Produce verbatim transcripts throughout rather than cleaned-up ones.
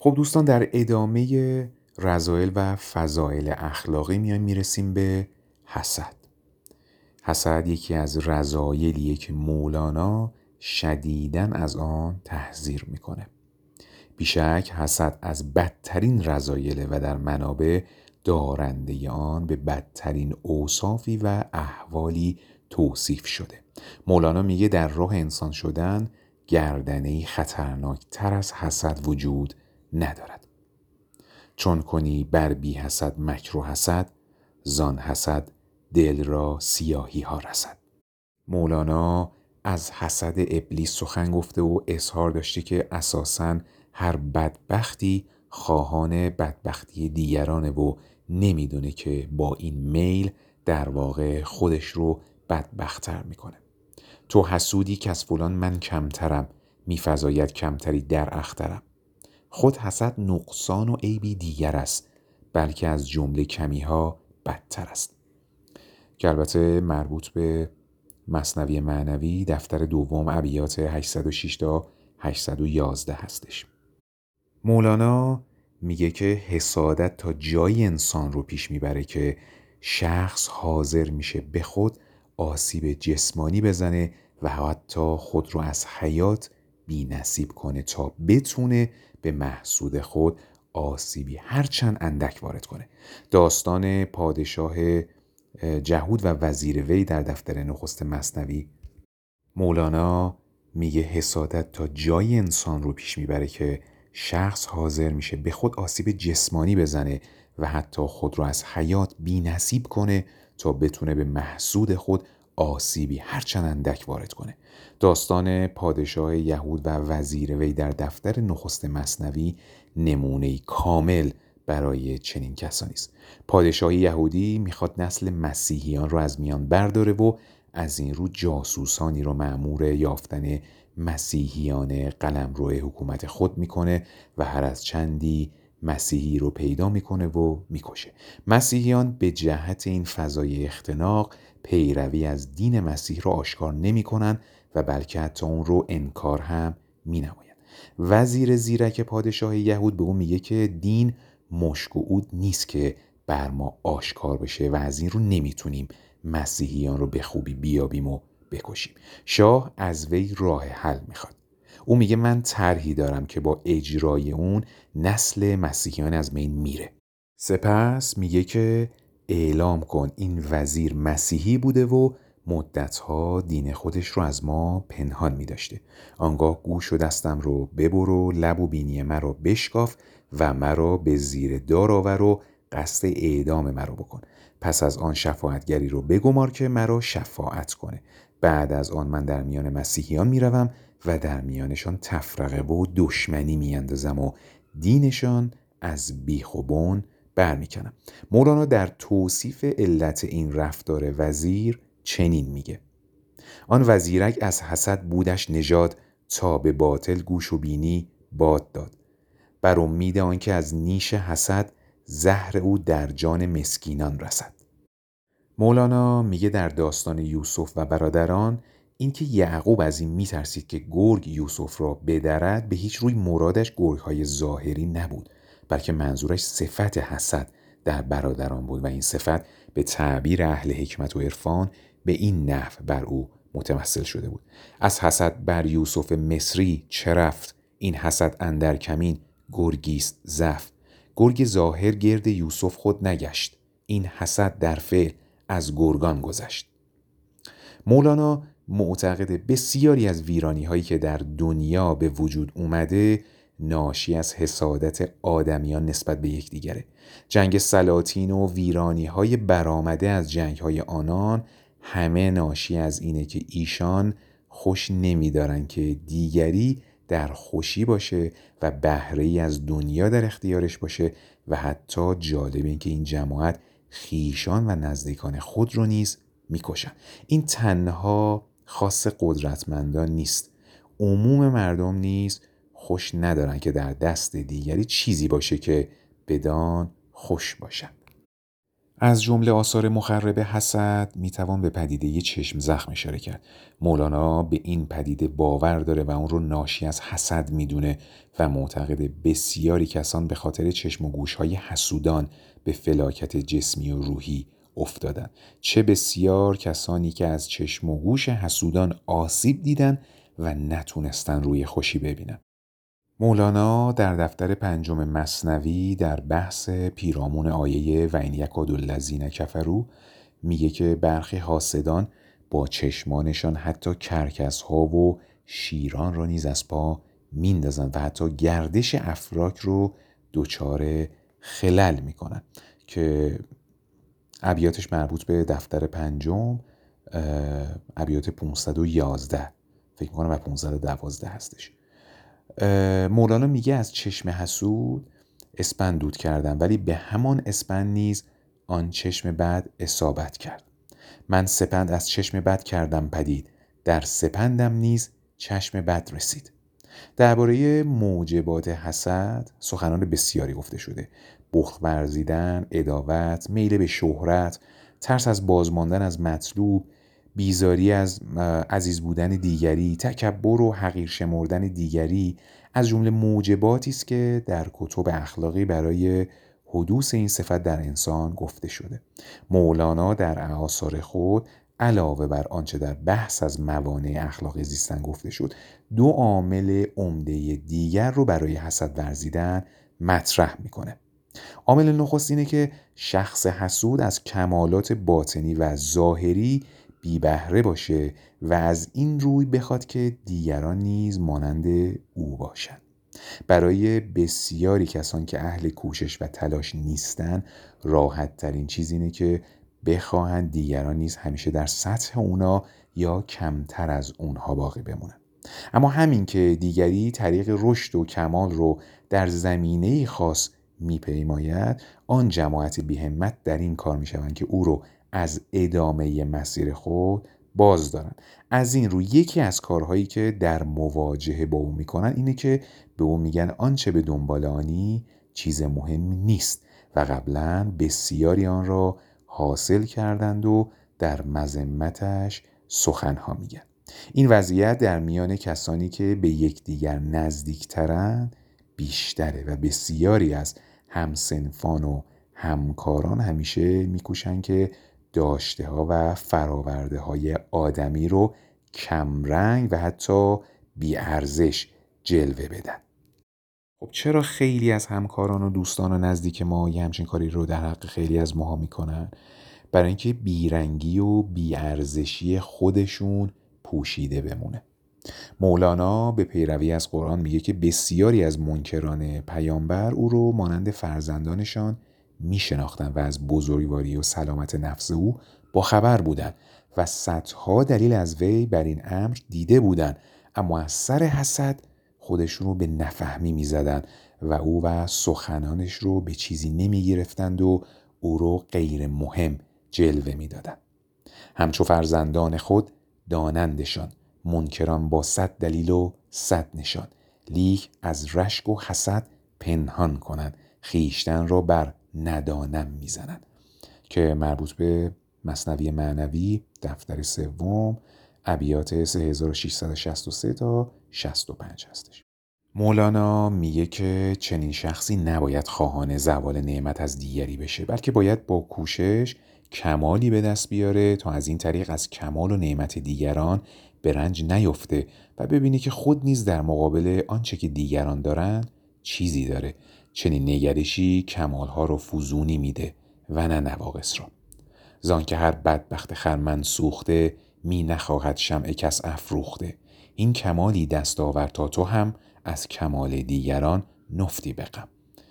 خب دوستان، در ادامه رذایل و فضایل اخلاقی میایم میرسیم به حسد. حسد یکی از رذایلیه که مولانا شدیداً از آن تحذیر میکنه. بیشک حسد از بدترین رذایله و در منابع دارنده آن به بدترین اوصافی و احوالی توصیف شده. مولانا میگه در راه انسان شدن گردنه‌ای خطرناک تر از حسد وجود ندارد. چون کنی بر بی حسد مکر و حسد، زان حسد دل را سیاهی ها رسد. مولانا از حسد ابلیس سخن گفته و اظهار داشته که اساساً هر بدبختی خواهان بدبختی دیگرانه و نمیدونه که با این میل در واقع خودش رو بدبخت‌تر میکنه. تو حسودی که از فلان من کمترم، میفزاید کمتری در اخترم. خود حسد نقصان و عیبی دیگر است، بلکه از جمله کمی ها بدتر است. که البته مربوط به مثنوی معنوی دفتر دوم ابیات هشتصد و شش تا هشتصد و یازده هستش. مولانا میگه که حسادت تا جایی انسان رو پیش میبره که شخص حاضر میشه به خود آسیب جسمانی بزنه و حتی خود رو از حیات بی نصیب کنه تا بتونه به محسود خود آسیبی هرچند اندک وارد کنه. داستان پادشاه جهود و وزیر وی در دفتر نخست مثنوی مولانا میگه حسادت تا جایی انسان رو پیش میبره که شخص حاضر میشه به خود آسیب جسمانی بزنه و حتی خود رو از حیات بی نصیب کنه تا بتونه به محسود خود آسیبی هرچند اندک وارد کنه. داستان پادشاه یهود و وزیر وی در دفتر نخست مثنوی نمونه کامل برای چنین کسانی است. پادشاه یهودی میخواد نسل مسیحیان رو از میان برداره و از این رو جاسوسانی رو مأمور یافتن مسیحیان قلمرو حکومت خود میکنه و هر از چندی مسیحی رو پیدا میکنه و میکشه. مسیحیان به جهت این فضای اختناق پیروی از دین مسیح رو آشکار نمیکنن و بلکه حتی اون رو انکار هم مینمایند. وزیر زیرک پادشاه یهود به اون میگه که دین مشک و عود نیست که بر ما آشکار بشه و از این رو نمیتونیم مسیحیان رو به خوبی بیابیم و بکشیم. شاه از وی راه حل میخواد. او میگه من طرحی دارم که با اجرای اون نسل مسیحیان از بین میره. سپس میگه که اعلام کن این وزیر مسیحی بوده و مدتها دین خودش رو از ما پنهان میداشته. آنگاه گوش و دستم رو ببر و لب و بینی مرا بشکاف و مرا به زیر دار آور و قصد اعدام مرا بکن. پس از آن شفاعتگری رو بگمار که مرا شفاعت کنه. بعد از آن من در میان مسیحیان میروم و در میانشان تفرقه و دشمنی میاندازم و دینشان از بیخ و بن برمیکنم. مولانا در توصیف علت این رفتار وزیر چنین میگه: آن وزیرک از حسد بودش نژاد، تا به باطل گوش و بینی باد داد. بر امید آنکه از نیش حسد، زهر او در جان مسکینان رسد. مولانا میگه در داستان یوسف و برادران اینکه یعقوب از این میترسید که گرگ یوسف را بدرد به هیچ روی مرادش گرگ‌های ظاهری نبود، بلکه منظورش صفت حسد در برادران بود و این صفت به تعبیر اهل حکمت و عرفان به این نحو بر او متمثل شده بود: از حسد بر یوسف مصری چه رفت، این حسد اندر کمین گرگیست زفت. گرگ ظاهر گرد یوسف خود نگشت، این حسد در فعل از گرگان گذشت. مولانا معتقد بسیاری از ویرانی هایی که در دنیا به وجود اومده ناشی از حسادت آدمیان نسبت به یکدیگره. جنگ سلاطین و ویرانی های برآمده از جنگ های آنان همه ناشی از اینه که ایشان خوش نمیدارن که دیگری در خوشی باشه و بهره‌ای از دنیا در اختیارش باشه و حتی جالب این که این جماعت خیشان و نزدیکان خود رو نیز میکشن. این تنها خاص قدرتمندان نیست، عموم مردم نیز خوش ندارن که در دست دیگری چیزی باشه که بدان خوش باشن. از جمله آثار مخرب حسد میتوان به پدیده چشم زخم اشاره کرد. مولانا به این پدیده باور داره و اون رو ناشی از حسد میدونه و معتقد بسیاری کسان به خاطر چشم و گوش‌های حسودان به فلاکت جسمی و روحی افتادن. چه بسیار کسانی که از چشم و گوش حسودان آسیب دیدن و نتونستن روی خوشی ببینن. مولانا در دفتر پنجم مثنوی در بحث پیرامون آیه و این یکاد الذین کفروا میگه که برخی حاسدان با چشمانشان حتی کرکس‌ها و شیران را نیز از پا میندازن و حتی گردش افلاک رو دچار خلل میکنن که ابیاتش مربوط به دفتر پنجم، ابیات پانصد و یازده فکر میکنم و پانصد و دوازده هستش. مولانا میگه از چشم حسود اسپند دود کردم، ولی به همان اسپند نیز آن چشم بد اصابت کرد. من سپند از چشم بد کردم پدید، در سپندم نیز چشم بد رسید. درباره موجبات حسد سخنان بسیاری گفته شده. بخل ورزیدن، عداوت، میل به شهرت، ترس از بازماندن از مطلوب، بیزاری از عزیز بودن دیگری، تکبر و حقیر شمردن دیگری از جمله موجباتی است که در کتب اخلاقی برای حدوث این صفت در انسان گفته شده. مولانا در آثار خود علاوه بر آنچه در بحث از موانع اخلاق زیستن گفته شد، دو عامل عمده دیگر رو برای حسد ورزیدن مطرح میکنه. عامل نخست اینه که شخص حسود از کمالات باطنی و ظاهری بی بهره باشه و از این روی بخواد که دیگران نیز مانند او باشند. برای بسیاری کسان که اهل کوشش و تلاش نیستن، راحت ترین چیز اینه که بخواهند دیگران نیز همیشه در سطح اونا یا کمتر از اونها باقی بمونن. اما همین که دیگری طریق رشد و کمال رو در زمینه‌ای خاص میپیماید، آن جماعت بی‌همت در این کار میشوند که او رو از ادامه مسیر خود باز دارن. از این رو یکی از کارهایی که در مواجهه با او میکنن اینه که به او میگن آنچه به دنبال آنی چیز مهمی نیست و قبلا بسیاری آن را حاصل کردند و در مذمتش سخنها میگن. این وضعیت در میان کسانی که به یکدیگر نزدیکترند بیشتره و بسیاری از همسنفان و همکاران همیشه میکوشن که داشته ها و فراورده های آدمی رو کمرنگ و حتی بی‌ارزش جلوه بدن. خب چرا خیلی از همکاران و دوستان و نزدیک ما یه همچین کاری رو در حق خیلی از ماها میکنن؟ برای اینکه بیرنگی و بی‌ارزشی خودشون پوشیده بمونه. مولانا به پیروی از قرآن میگه که بسیاری از منکران پیامبر او رو مانند فرزندانشان میشناختن و از بزرگواری و سلامت نفس او با خبر بودن و صدها دلیل از وی بر این امر دیده بودن، اما از سر حسد خودشون رو به نفهمی میزدن و او و سخنانش رو به چیزی نمیگرفتند و او رو غیر مهم جلوه میدادند. همچو فرزندان خود دانندشان، منکران با صد دلیل و صد نشان. لیک از رشک و حسد پنهان کنند، خویشتن را بر ندانم میزنند. که مربوط به مثنوی معنوی دفتر سوم ابیات سه هزار و ششصد و شصت و سه تا شصت و پنج هستش. مولانا میگه که چنین شخصی نباید خواهان زوال نعمت از دیگری بشه، بلکه باید با کوشش کمالی به دست بیاره تا از این طریق از کمال و نعمت دیگران به رنج نیفته و ببینه که خود نیز در مقابل آنچه که دیگران دارن چیزی داره. چنین نگرشی کمالها رو فزونی میده و نه نواقص را. زان که هر بدبخت خرمن سوخته، می نخواهد شمع کس افروخته. این کمالی دست آور تا تو هم از کمال دیگران نفتی به غم.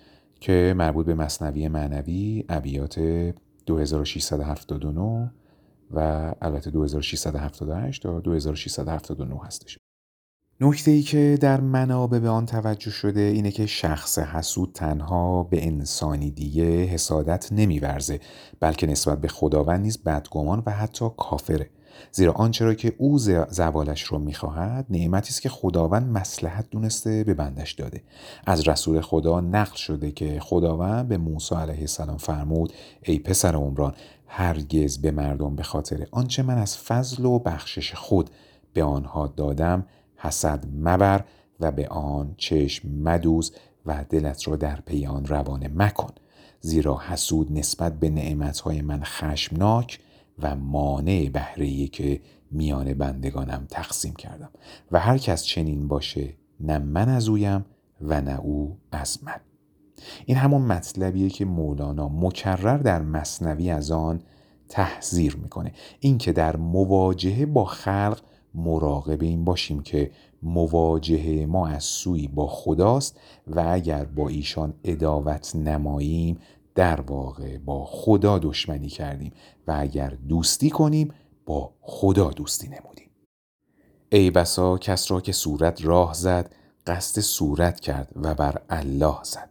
که مربوط به مثنوی معنوی ابیات دو هزار و ششصد و هفتاد و نه و البته دو هزار و ششصد و هفتاد و هشت تا دو هزار و ششصد و هفتاد و نه هستش. نکته‌ای که در منابع به آن توجه شده اینه که شخص حسود تنها به انسانی دیگه حسادت نمی‌ورزه، بلکه نسبت به خداوند نیز بدگمان و حتی کافره. زیرا آنچه را که او زوالش رو میخواهد نعمتی است که خداوند مصلحت دونسته به بندش داده. از رسول خدا نقل شده که خداوند به موسی علیه السلام فرمود ای پسر عمران، هرگز به مردم به خاطر آنچه من از فضل و بخشش خود به آنها دادم حسد مبر و به آن چشم مدوز و دلت را در پی آن روانه مکن، زیرا حسود نسبت به نعمتهای من خشمناک و مانع بهره‌ای که میان بندگانم تقسیم کردم و هر کس چنین باشه نه من از اویم و نه او از من. این همون مطلبیه که مولانا مکرر در مثنوی از آن تحذیر میکنه، این که در مواجهه با خلق مراقب این باشیم که مواجهه ما از سوی با خداست و اگر با ایشان عداوت نماییم در واقع با خدا دشمنی کردیم و اگر دوستی کنیم با خدا دوستی نمودیم. ای بسا کس را که صورت راه زد قصد صورت کرد و بر الله زد.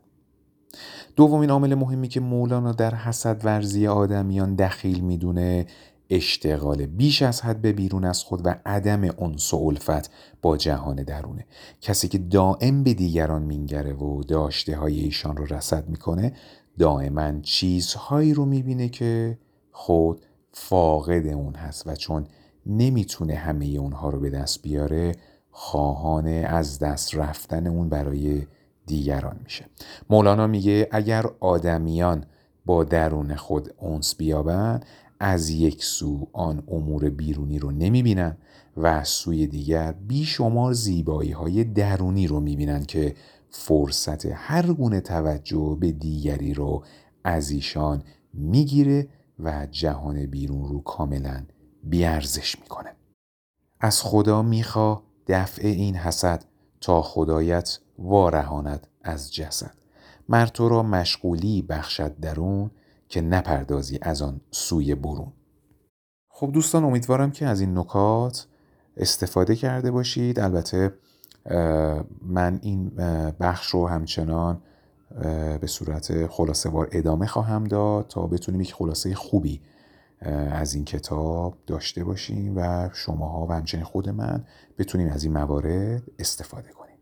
دومین عامل مهمی که مولانا در حسد ورزی آدمیان دخیل میدونه اشتغال بیش از حد به بیرون از خود و عدم انس و الفت با جهان درونه. کسی که دائم به دیگران مینگره و داشته های ایشان رو رصد میکنه دائما چیزهایی رو میبینه که خود فاقد اون هست و چون نمیتونه همه اونها رو به دست بیاره خواهان از دست رفتن اون برای دیگران میشه. مولانا میگه اگر آدمیان با درون خود انس بیابن از یک سو آن امور بیرونی رو نمیبینن و از سوی دیگر بیشمار زیبایی های درونی رو میبینن که فرصت هر گونه توجه به دیگری رو از ایشان میگیره و جهان بیرون رو کاملا بیارزش میکنه. از خدا میخوا دفع این حسد تا خدایت وارهاند از جسد. مر تو را مشغولی بخشد درون که نپردازی از آن سوی برون. خب دوستان امیدوارم که از این نکات استفاده کرده باشید. البته من این بخش رو همچنان به صورت خلاصه وار ادامه خواهم داد تا بتونیم یک خلاصه خوبی از این کتاب داشته باشیم و شماها و همچنین خود من بتونیم از این موارد استفاده کنیم.